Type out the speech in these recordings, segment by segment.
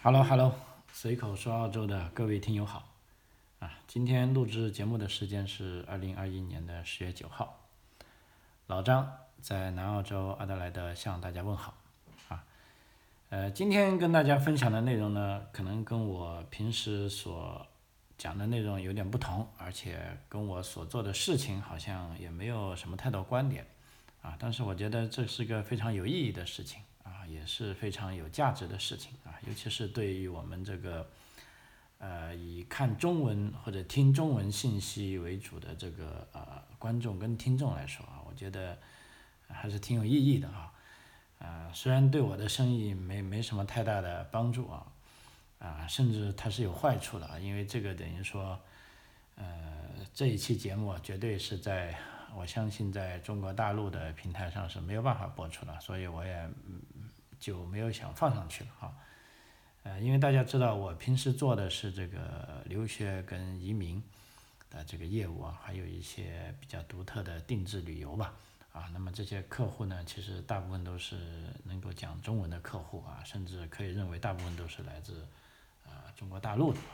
Hello Hello，随口说澳洲的各位听友好今天录制节目的时间是2021年的10月9号，老张在南澳洲阿德莱德向大家问好今天跟大家分享的内容呢，可能跟我平时所讲的内容有点不同，而且跟我所做的事情好像也没有什么太多关联但是我觉得这是个非常有意义的事情也是非常有价值的事情尤其是对于我们这个以看中文或者听中文信息为主的这个观众跟听众来说我觉得还是挺有意义的虽然对我的生意没什么太大的帮助甚至它是有坏处的因为这个等于说这一期节目绝对是我相信在中国大陆的平台上是没有办法播出的，所以我也就没有想放上去了因为大家知道我平时做的是这个留学跟移民的这个业务还有一些比较独特的定制旅游吧那么这些客户呢，其实大部分都是能够讲中文的客户甚至可以认为大部分都是来自中国大陆的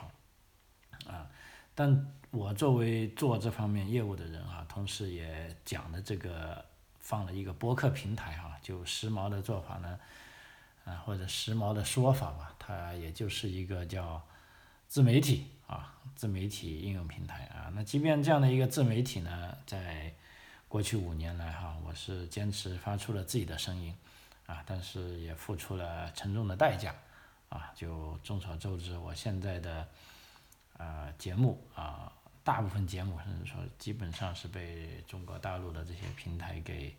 但我作为做这方面业务的人同时也讲的这个放了一个播客平台就时髦的做法呢或者时髦的说法吧，它也就是一个叫自媒体自媒体应用平台那即便这样的一个自媒体呢，在过去5年来我是坚持发出了自己的声音但是也付出了沉重的代价就众所周知，我现在的节目大部分节目甚至说基本上是被中国大陆的这些平台给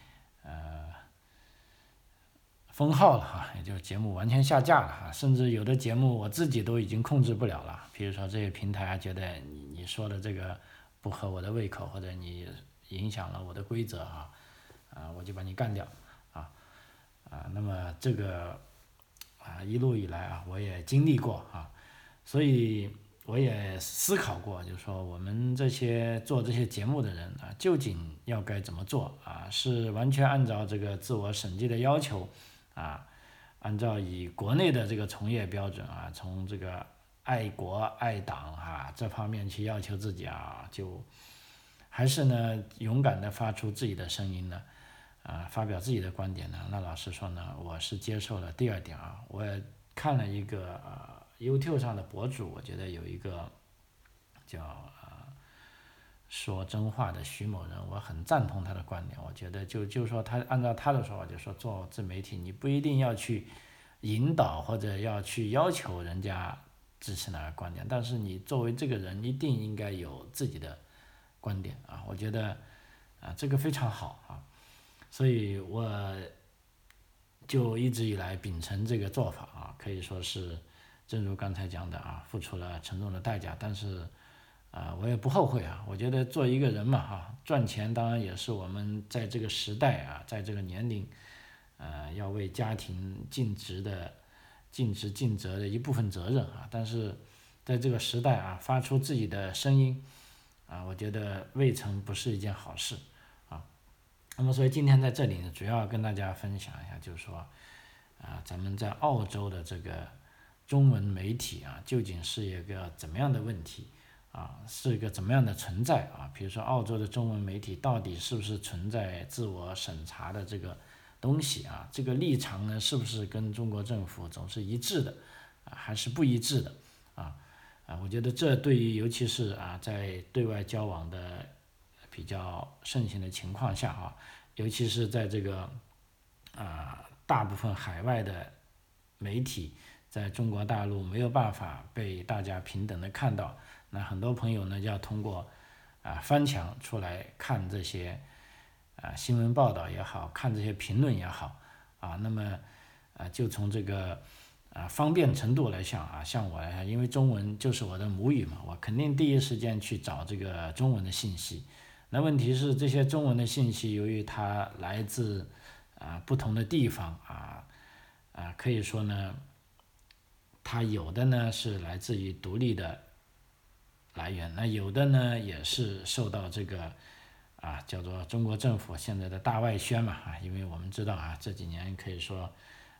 封号了也就是节目完全下架了甚至有的节目我自己都已经控制不了了，比如说这些平台觉得你说的这个不合我的胃口，或者你影响了我的规则我就把你干掉那么这个一路以来我也经历过所以我也思考过，就是说我们这些做这些节目的人究竟要该怎么做是完全按照这个自我审计的要求按照以国内的这个从业标准从这个爱国爱党这方面去要求自己就还是呢勇敢的发出自己的声音呢发表自己的观点呢？那老实说呢，我是接受了第二点我也看了一个YouTube 上的博主，我觉得有一个叫说真话的徐某人，我很赞同他的观点。我觉得就是说他按照他的说法，就说做自媒体你不一定要去引导或者要去要求人家支持哪个观点，但是你作为这个人一定应该有自己的观点我觉得这个非常好所以我就一直以来秉承这个做法可以说是正如刚才讲的付出了沉重的代价，但是我也不后悔我觉得做一个人嘛赚钱当然也是我们在这个时代在这个年龄要为家庭尽职尽责的一部分责任但是在这个时代发出自己的声音我觉得未尝不是一件好事那么所以今天在这里呢，主要跟大家分享一下，就是说咱们在澳洲的这个中文媒体究竟是一个怎么样的问题是一个怎么样的存在比如说澳洲的中文媒体到底是不是存在自我审查的这个东西这个立场呢是不是跟中国政府总是一致的还是不一致的我觉得这对于尤其是在对外交往的比较盛行的情况下尤其是在这个大部分海外的媒体在中国大陆没有办法被大家平等的看到，那很多朋友呢要通过翻墙出来看这些新闻报道也好，看这些评论也好那么就从这个方便程度来想像我来讲，因为中文就是我的母语嘛，我肯定第一时间去找这个中文的信息。那问题是这些中文的信息，由于它来自不同的地方可以说呢，它有的呢是来自于独立的来源，那有的呢也是受到这个叫做中国政府现在的大外宣嘛因为我们知道这几年可以说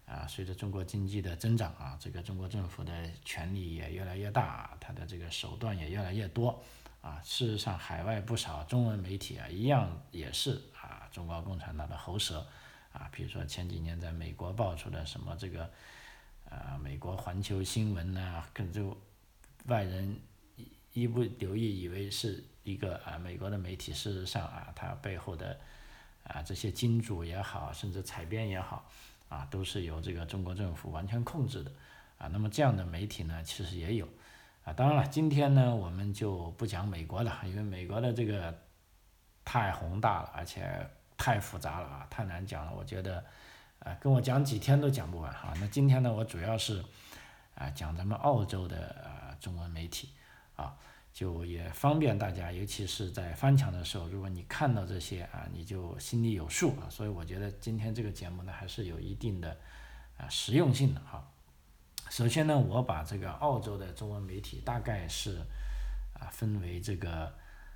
随着中国经济的增长啊，这个中国政府的权力也越来越大，它的这个手段也越来越多啊。事实上，海外不少中文媒体啊，一样也是中国共产党的喉舌啊。比如说前几年在美国爆出的什么这个美国环球新闻呐，跟就外人一不留意以为是一个美国的媒体，事实上它背后的这些金主也好，甚至采编也好都是由这个中国政府完全控制的那么这样的媒体呢，其实也有当然了，今天呢我们就不讲美国了，因为美国的这个太宏大了，而且太复杂了太难讲了，我觉得跟我讲几天都讲不完那今天呢，我主要是讲咱们澳洲的中文媒体就也方便大家，尤其是在翻墙的时候，如果你看到这些你就心里有数所以我觉得今天这个节目呢，还是有一定的实用性的首先呢，我把这个澳洲的中文媒体大概是分为这个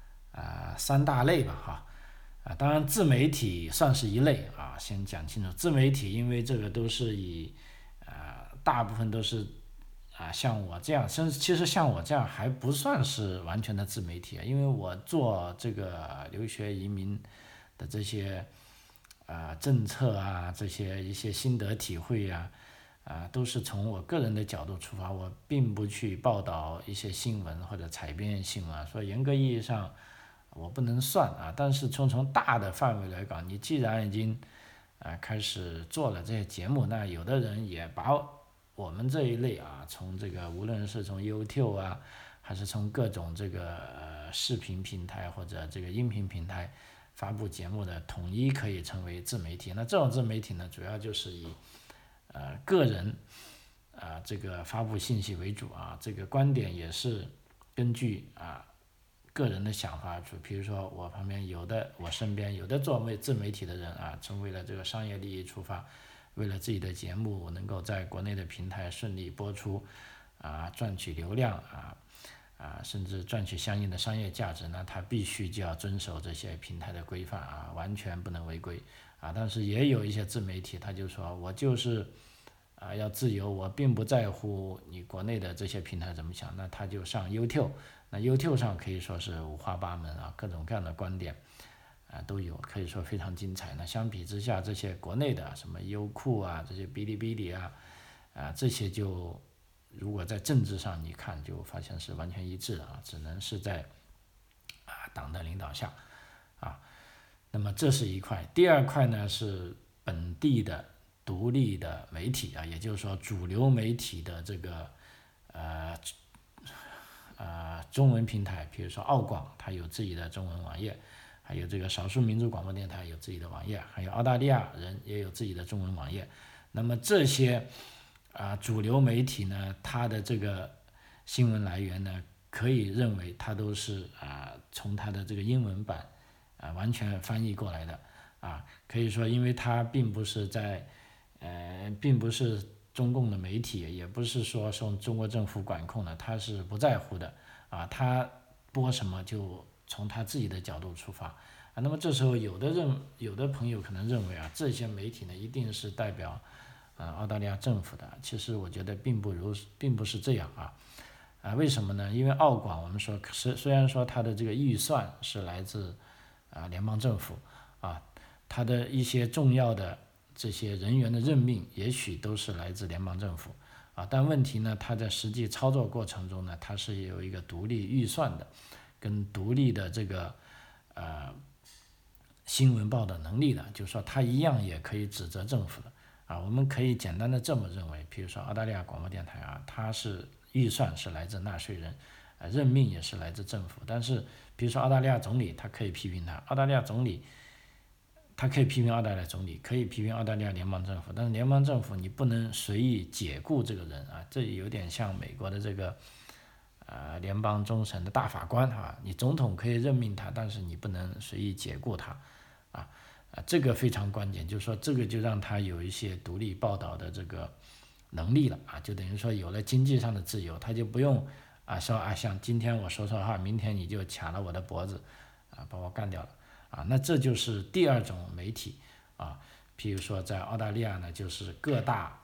3大类吧当然自媒体算是一类先讲清楚，自媒体因为这个都是以大部分都是像我这样，甚至其实像我这样还不算是完全的自媒体因为我做这个留学移民的这些政策这些一些心得体会都是从我个人的角度出发，我并不去报道一些新闻或者采编新闻所以严格意义上我不能算但是从大的范围来讲，你既然已经开始做了这些节目，那有的人也把我们这一类从这个无论是从 YouTube 还是从各种这个视频平台或者这个音频平台发布节目的，统一可以称为自媒体。那这种自媒体呢，主要就是以个人这个发布信息为主这个观点也是根据个人的想法比如说我身边有的做自媒体的人从为了这个商业利益出发，为了自己的节目能够在国内的平台顺利播出赚取流量甚至赚取相应的商业价值呢，他必须就要遵守这些平台的规范完全不能违规但是也有一些自媒体，他就说我就是要自由，我并不在乎你国内的这些平台怎么想，那他就上 YouTube， 那 YouTube 上可以说是五花八门各种各样的观点都有，可以说非常精彩。那相比之下，这些国内的什么优酷这些哔哩哔哩这些就如果在政治上你看就发现是完全一致的只能是在党的领导下那么这是一块。第二块呢是本地的独立的媒体也就是说主流媒体的这个中文平台，比如说澳广，它有自己的中文网页，还有这个少数民族广播电台有自己的网页，还有澳大利亚人也有自己的中文网页。那么这些主流媒体呢，它的这个新闻来源呢，可以认为它都是从它的这个英文版完全翻译过来的可以说因为它并不是中共的媒体，也不是说受中国政府管控的，他是不在乎的他播什么就从他自己的角度出发那么这时候有的朋友可能认为这些媒体呢一定是代表澳大利亚政府的，其实我觉得并不是这样为什么呢？因为澳广我们说虽然说它的这个预算是来自联邦政府它的一些重要的这些人员的任命也许都是来自联邦政府但问题呢，它在实际操作过程中呢，它是有一个独立预算的，跟独立的这个新闻报的能力的，就是说它一样也可以指责政府的我们可以简单的这么认为，比如说澳大利亚广播电台它是预算是来自纳税人任命也是来自政府，但是比如说澳大利亚总理他可以批评他，澳大利亚总理他可以批评澳大利亚总理，可以批评澳大利亚联邦政府，但是联邦政府你不能随意解雇这个人这有点像美国的这个联邦终审的大法官你总统可以任命他，但是你不能随意解雇他这个非常关键，就是说这个就让他有一些独立报道的这个能力了就等于说有了经济上的自由，他就不用说像今天我说错话，明天你就卡了我的脖子把我干掉了那这就是第二种媒体譬如说在澳大利亚呢，就是各大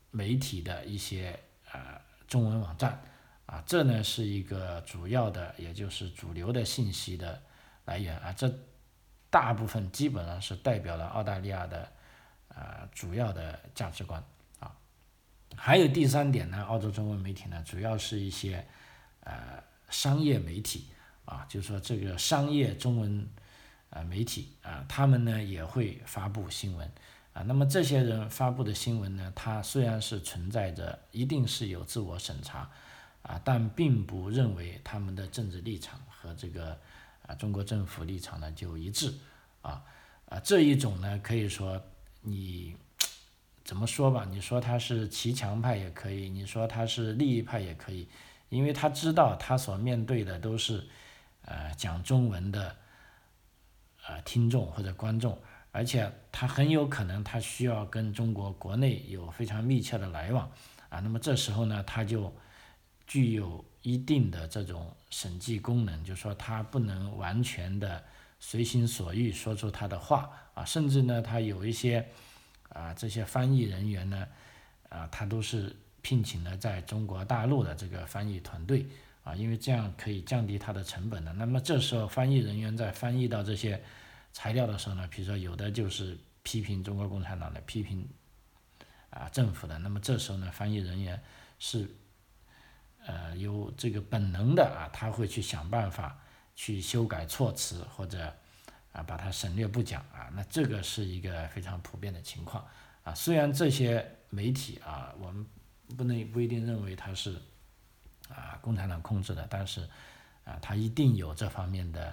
媒体的一些中文网站这呢是一个主要的，也就是主流的信息的来源这大部分基本上是代表了澳大利亚的主要的价值观还有第三点呢，澳洲中文媒体呢，主要是一些商业媒体就是说这个商业中文媒体他们呢也会发布新闻那么这些人发布的新闻呢，它虽然是存在着一定是有自我审查但并不认为他们的政治立场和这个中国政府立场呢就一致这一种呢可以说你怎么说吧，你说他是骑墙派也可以，你说他是利益派也可以，因为他知道他所面对的都是讲中文的听众或者观众，而且他很有可能他需要跟中国国内有非常密切的来往那么这时候呢他就具有一定的这种审计功能，就是说他不能完全的随心所欲说出他的话甚至呢他有一些这些翻译人员呢他都是聘请了在中国大陆的这个翻译团队因为这样可以降低它的成本的。那么这时候翻译人员在翻译到这些材料的时候呢，比如说有的就是批评中国共产党的，批评政府的，那么这时候呢翻译人员是有这个本能的他会去想办法去修改措辞或者把它省略不讲那这个是一个非常普遍的情况虽然这些媒体我们不一定认为它是共产党控制的，但是它一定有这方面的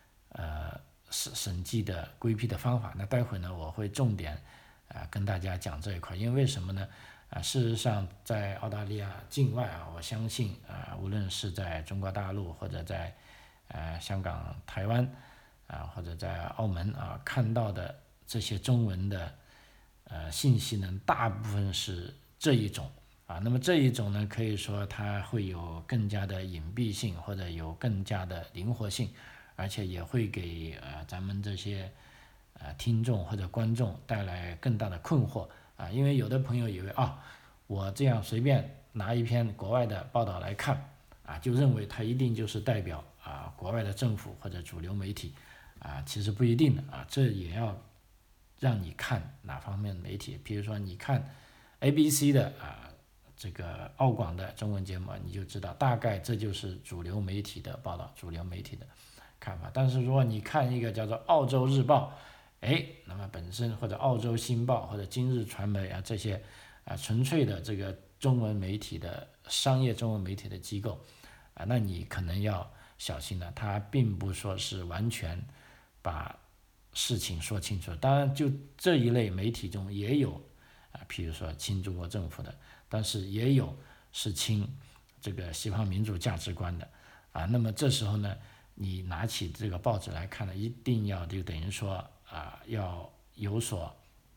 审计的规避的方法。那待会呢我会重点跟大家讲这一块，因为为什么呢事实上在澳大利亚境外我相信无论是在中国大陆或者在香港、台湾或者在澳门看到的这些中文的信息呢，大部分是这一种那么这一种呢，可以说它会有更加的隐蔽性，或者有更加的灵活性，而且也会给咱们这些听众或者观众带来更大的困惑因为有的朋友以为我这样随便拿一篇国外的报道来看就认为它一定就是代表国外的政府或者主流媒体其实不一定的这也要让你看哪方面的媒体。比如说你看 ABC 的这个澳广的中文节目，你就知道大概这就是主流媒体的报道，主流媒体的看法。但是如果你看一个叫做澳洲日报那么本身或者澳洲新报或者今日传媒这些纯粹的这个中文媒体的商业中文媒体的机构那你可能要小心了，它并不说是完全把事情说清楚。当然就这一类媒体中也有譬如说亲中国政府的，但是也有是亲这个西方民主价值观的那么这时候呢你拿起这个报纸来看呢，一定要就等于说要有所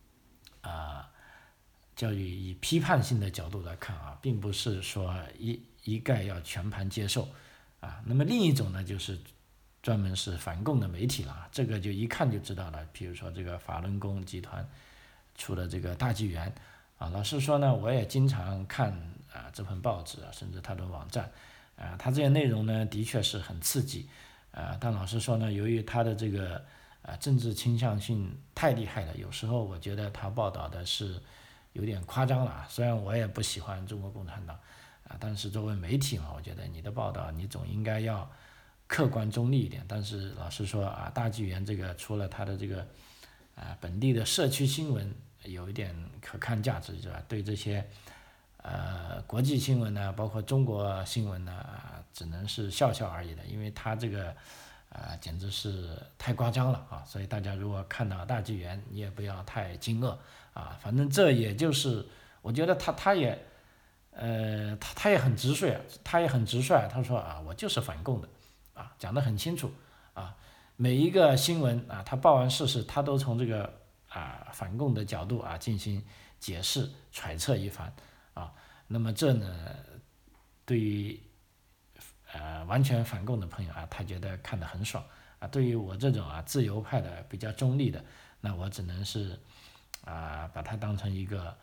教育以批判性的角度来看并不是说一概要全盘接受那么另一种呢就是专门是反共的媒体了这个就一看就知道了。比如说这个法轮功集团出的这个大纪元老实说呢我也经常看这份报纸甚至它的网站它这些内容呢的确是很刺激但老实说呢由于它的这个政治倾向性太厉害了，有时候我觉得它报道的是有点夸张了虽然我也不喜欢中国共产党但是作为媒体嘛，我觉得你的报道你总应该要客观中立一点。但是老实说大纪元这个除了它的这个本地的社区新闻有一点可看价值是吧？对这些国际新闻呢，包括中国新闻呢只能是笑笑而已的，因为它这个简直是太夸张了所以大家如果看到大纪元，你也不要太惊愕反正这也就是我觉得他也很直率他说我就是反共的讲得很清楚每一个新闻他报完事实，他都从这个反共的角度进行解释揣测一番那么这呢对于完全反共的朋友他觉得看得很爽对于我这种自由派的比较中立的，那我只能是把它当成一个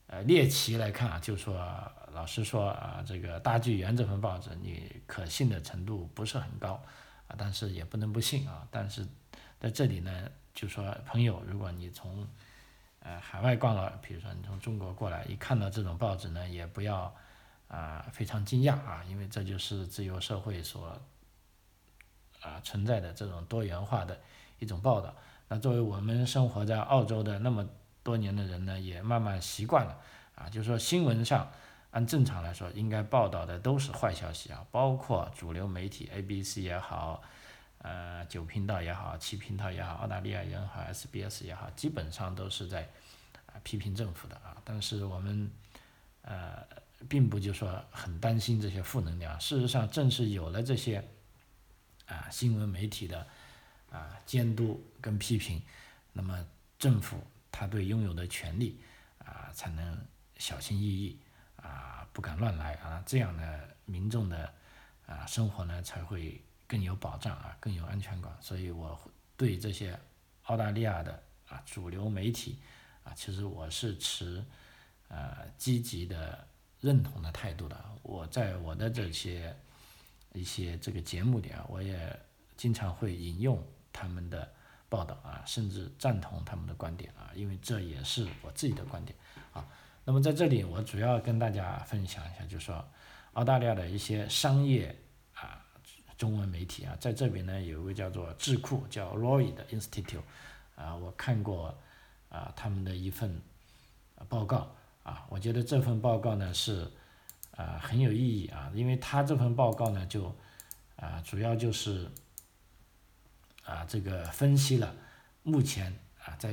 猎奇来看啊，就说老实说这个大纪元这份报纸你可信的程度不是很高但是也不能不信但是在这里呢，就说朋友，如果你从海外逛了，比如说你从中国过来，一看到这种报纸呢，也不要非常惊讶因为这就是自由社会所存在的这种多元化的一种报道。那作为我们生活在澳洲的那么多年的人呢，也慢慢习惯了就是说新闻上按正常来说应该报道的都是坏消息包括主流媒体 ABC 也好9频道也好7频道也好澳大利亚也好 SBS 也好，基本上都是在批评政府的但是我们并不就说很担心这些负能量，事实上正是有了这些新闻媒体的监督跟批评，那么政府他对拥有的权利才能小心翼翼不敢乱来这样呢民众的生活呢才会更有保障更有安全感。所以我对这些澳大利亚的主流媒体其实我是持积极的认同的态度的。我在我的一些这个节目里我也经常会引用他们的报道甚至赞同他们的观点因为这也是我自己的观点那么在这里我主要跟大家分享一下，就是说澳大利亚的一些商业中文媒体在这边呢有一个叫做智库叫 Lloyd Institute 我看过他们的一份报告我觉得这份报告呢是很有意义因为他这份报告呢就主要就是这个分析了目前在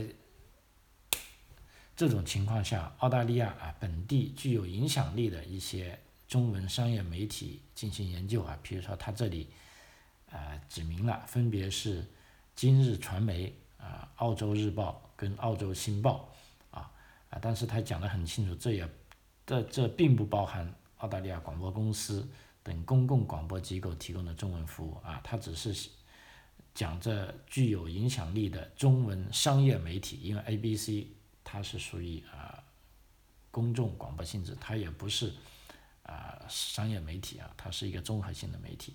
这种情况下澳大利亚本地具有影响力的一些中文商业媒体进行研究比如说他这里指明了分别是今日传媒澳洲日报跟澳洲新报但是他讲得很清楚，这并不包含澳大利亚广播公司等公共广播机构提供的中文服务它只是讲这具有影响力的中文商业媒体，因为 ABC 它是属于公众广播性质，它也不是商业媒体它是一个综合性的媒体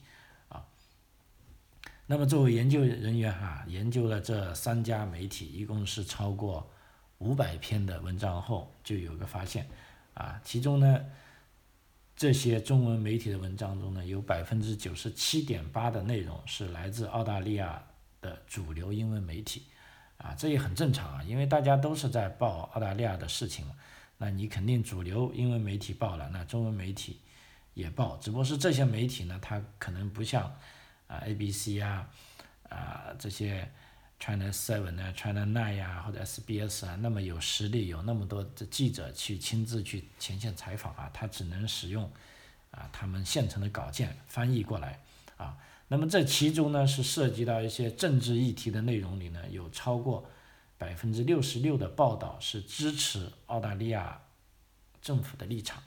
那么作为研究人员研究了这3家媒体，一共是超过500篇的文章后，就有个发现其中呢这些中文媒体的文章中呢，有97.8%的内容是来自澳大利亚的主流英文媒体这也很正常因为大家都是在报澳大利亚的事情嘛，那你肯定主流英文媒体报了，那中文媒体也报，只不过是这些媒体呢，它可能不像ABC 这些 China 7 China 9或者 SBS 那么有实力，有那么多的记者去亲自去前线采访他只能使用他们现成的稿件翻译过来那么这其中呢是涉及到一些政治议题的内容里呢，有超过66%的报道是支持澳大利亚政府的立场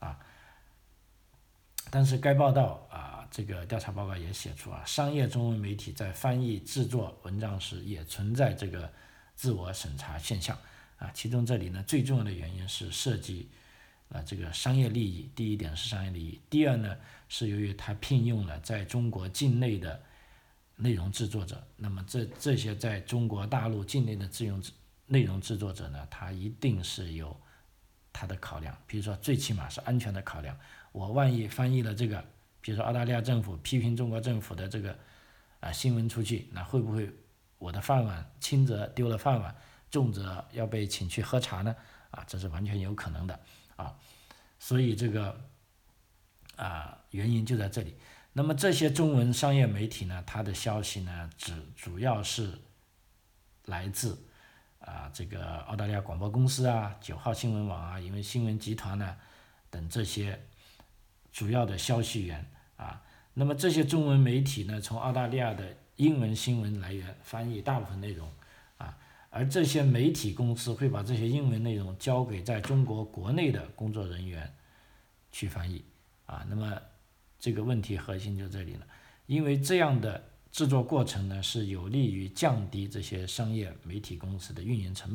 但是该报道这个调查报告也写出商业中文媒体在翻译制作文章时也存在这个自我审查现象其中这里呢最重要的原因是涉及这个商业利益，第一点是商业利益，第二呢是由于他聘用了在中国境内的内容制作者，那么这些在中国大陆境内的内容制作者呢，他一定是有他的考量，比如说最起码是安全的考量，我万一翻译了这个，比如说澳大利亚政府批评中国政府的这个新闻出去，那会不会我的饭碗轻则丢了饭碗，重则要被请去喝茶呢这是完全有可能的所以这个原因就在这里。那么这些中文商业媒体呢，它的消息呢主要是来自这个澳大利亚广播公司9号新闻网因为新闻集团呢等这些主要的消息源那么这些中文媒体呢，从澳大利亚的英文新闻来源翻译大部分内容而这些媒体公司会把这些英文内容交给在中国国内的工作人员去翻译那么这个问题核心就这里了，因为这样的制作过程呢是有利于降低这些商业媒体公司的运营成本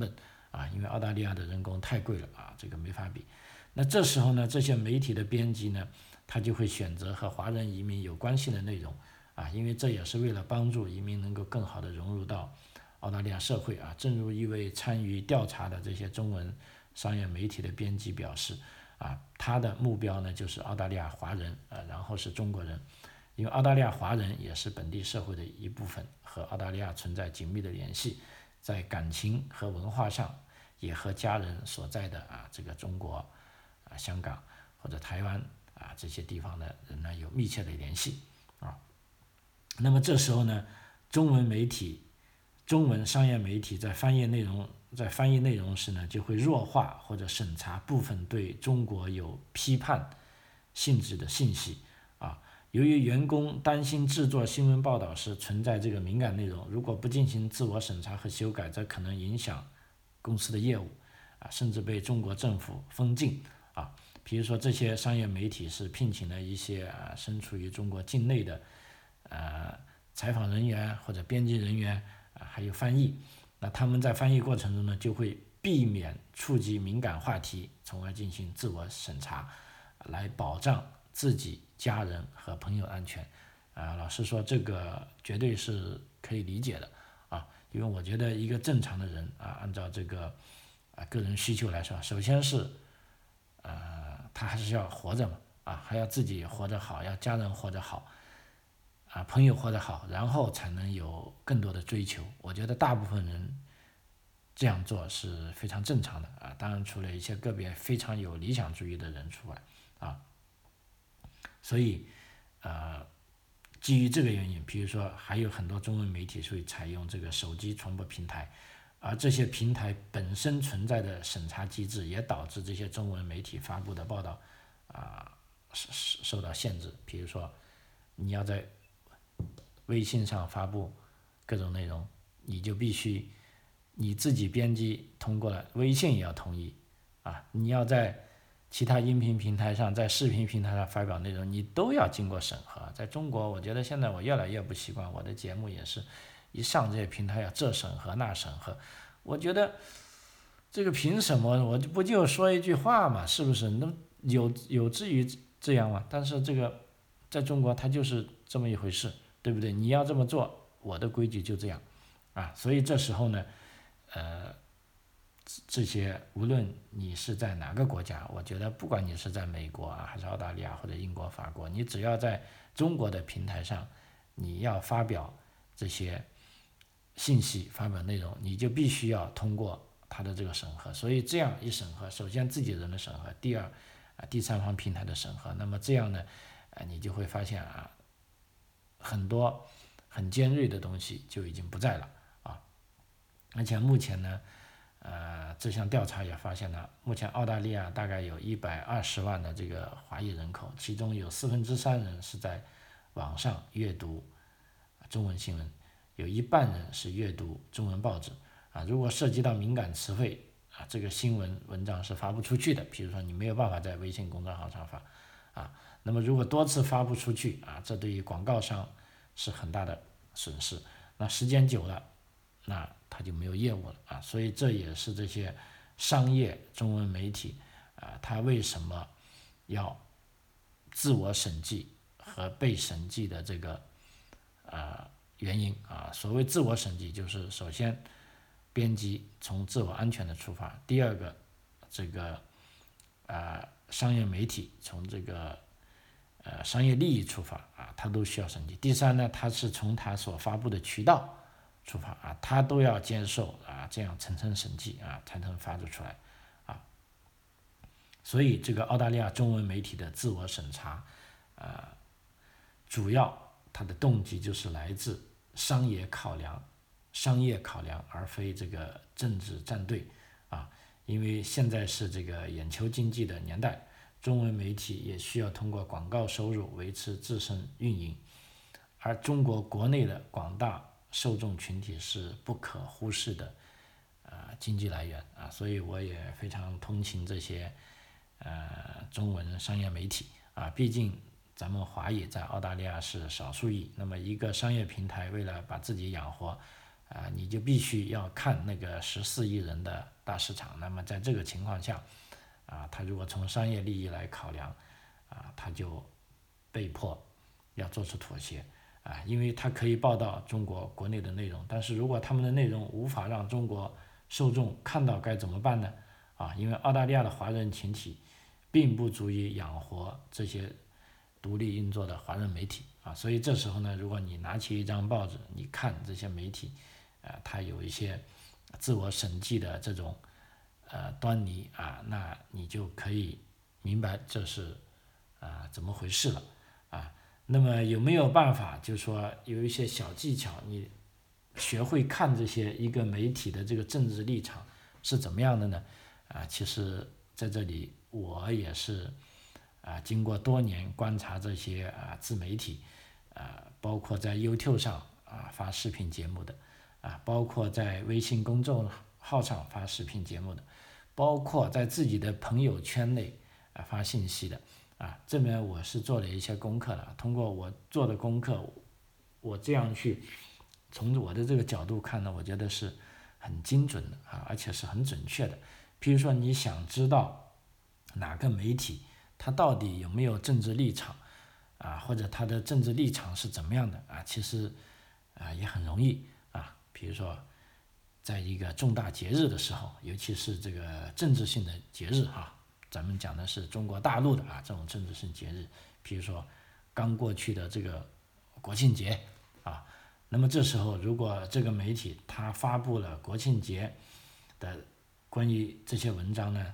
因为澳大利亚的人工太贵了这个没法比。那这时候呢，这些媒体的编辑呢，他就会选择和华人移民有关系的内容因为这也是为了帮助移民能够更好的融入到澳大利亚社会正如一位参与调查的这些中文商业媒体的编辑表示他的目标呢就是澳大利亚华人然后是中国人，因为澳大利亚华人也是本地社会的一部分，和澳大利亚存在紧密的联系，在感情和文化上也和家人所在的这个中国香港或者台湾这些地方的人呢有密切的联系那么这时候呢，中文商业媒体在翻译内容时呢，就会弱化或者审查部分对中国有批判性质的信息由于员工担心制作新闻报道时存在这个敏感内容，如果不进行自我审查和修改，这可能影响公司的业务甚至被中国政府封禁比如说这些商业媒体是聘请了一些身处于中国境内的采访人员或者编辑人员还有翻译，那他们在翻译过程中呢，就会避免触及敏感话题，从而进行自我审查，来保障自己、家人和朋友安全。老实说，这个绝对是可以理解的因为我觉得一个正常的人按照这个个人需求来说，首先是他还是要活着嘛还要自己活得好，要家人活得好朋友活得好，然后才能有更多的追求。我觉得大部分人这样做是非常正常的当然除了一些个别非常有理想主义的人除外所以基于这个原因，比如说还有很多中文媒体会采用这个手机传播平台，而这些平台本身存在的审查机制也导致这些中文媒体发布的报道受到限制。比如说你要在微信上发布各种内容，你就必须你自己编辑通过了，微信也要同意你要在其他音频平台上，在视频平台上发表内容，你都要经过审核。在中国，我觉得现在我越来越不习惯，我的节目也是一上这些平台要这审核那审核，我觉得这个凭什么？我不就说一句话嘛，是不是？那有至于这样吗？但是这个在中国它就是这么一回事，对不对？你要这么做，我的规矩就这样所以这时候呢这些无论你是在哪个国家，我觉得不管你是在美国还是澳大利亚或者英国、法国，你只要在中国的平台上，你要发表这些信息、发表内容，你就必须要通过它的这个审核。所以这样一审核，首先自己人的审核，第二第三方平台的审核，那么这样呢你就会发现很多很尖锐的东西就已经不在了而且目前呢这项调查也发现了，目前澳大利亚大概有120万的这个华裔人口，其中有3/4人是在网上阅读中文新闻，有一半人是阅读中文报纸如果涉及到敏感词汇这个新闻文章是发不出去的，比如说你没有办法在微信公众号上发那么如果多次发不出去这对于广告商是很大的损失，那时间久了那他就没有业务了所以这也是这些商业中文媒体他为什么要自我审计和被审计的这个原因所谓自我审计，就是首先编辑从自我安全的出发，第二个这个商业媒体从这个商业利益出发它都需要审计，第三呢，它是从它所发布的渠道出发它都要接受这样层层审计才能发布出来所以这个澳大利亚中文媒体的自我审查主要它的动机就是来自商业考量，而非这个政治站队因为现在是这个眼球经济的年代，中文媒体也需要通过广告收入维持自身运营，而中国国内的广大受众群体是不可忽视的经济来源所以我也非常同情这些中文商业媒体毕竟咱们华裔在澳大利亚是少数裔，那么一个商业平台为了把自己养活你就必须要看那个14亿人的大市场。那么在这个情况下，他如果从商业利益来考量，他就被迫要做出妥协，因为他可以报道中国国内的内容，但是如果他们的内容无法让中国受众看到，该怎么办呢？因为澳大利亚的华人群体并不足以养活这些独立运作的华人媒体所以这时候呢，如果你拿起一张报纸，你看这些媒体，它有一些自我审计的这种端倪那你就可以明白这是怎么回事了那么有没有办法，就是说有一些小技巧，你学会看这些一个媒体的这个政治立场是怎么样的呢？其实在这里我也是经过多年观察这些自媒体包括在 YouTube 上发视频节目的包括在微信公众号上发视频节目的，包括在自己的朋友圈内发信息的这边我是做了一些功课的。通过我做的功课，我这样去从我的这个角度看呢，我觉得是很精准的而且是很准确的。譬如说你想知道哪个媒体它到底有没有政治立场或者它的政治立场是怎么样的其实也很容易比如说在一个重大节日的时候，尤其是这个政治性的节日咱们讲的是中国大陆的这种政治性节日，譬如说刚过去的这个国庆节那么这时候如果这个媒体它发布了国庆节的关于这些文章呢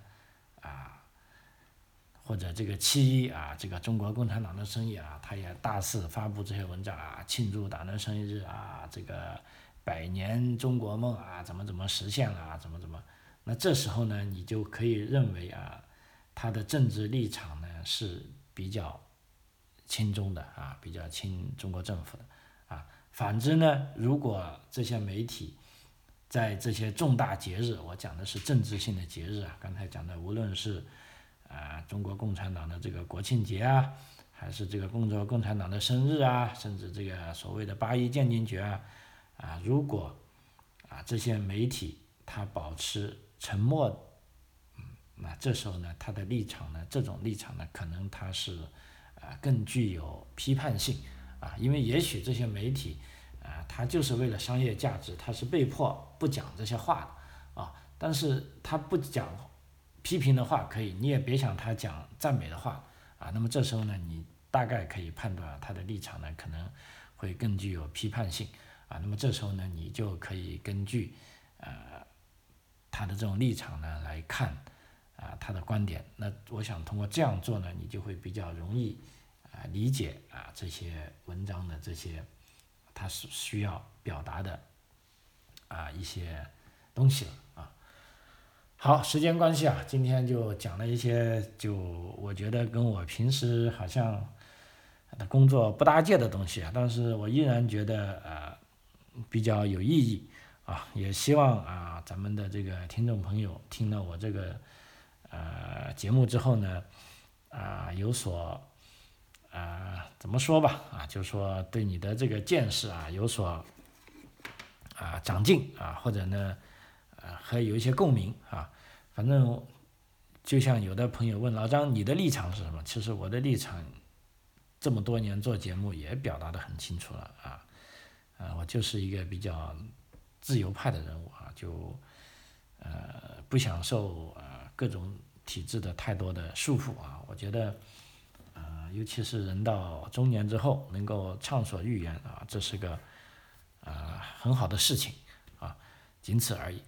或者这个7·1这个中国共产党的生意他也大肆发布这些文章庆祝党的生日这个100年中国梦怎么实现了怎么，那这时候呢，你就可以认为他的政治立场呢是比较亲中的比较亲中国政府的反之呢，如果这些媒体在这些重大节日，我讲的是政治性的节日刚才讲的无论是中国共产党的这个国庆节还是这个中国共产党的生日甚至这个所谓的8·1建军节如果这些媒体它保持沉默那这时候呢，它的立场呢，这种立场呢，可能它是更具有批判性因为也许这些媒体它就是为了商业价值，它是被迫不讲这些话的但是它不讲批评的话可以，你也别想他讲赞美的话那么这时候呢，你大概可以判断他的立场呢可能会更具有批判性那么这时候呢，你就可以根据他的这种立场呢来看他的观点。那我想通过这样做呢，你就会比较容易理解这些文章的这些他是需要表达的一些东西了好，时间关系今天就讲了一些就我觉得跟我平时好像的工作不搭界的东西但是我依然觉得比较有意义也希望咱们的这个听众朋友听了我这个节目之后呢有所怎么说吧就是说对你的这个见识有所长进或者呢还有一些共鸣反正就像有的朋友问老张你的立场是什么，其实我的立场这么多年做节目也表达得很清楚了我就是一个比较自由派的人物就不享受各种体制的太多的束缚我觉得尤其是人到中年之后能够畅所欲言这是个很好的事情仅此而已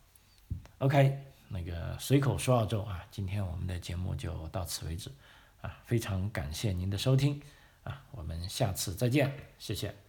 OK， 那个随口说澳洲今天我们的节目就到此为止非常感谢您的收听我们下次再见，谢谢。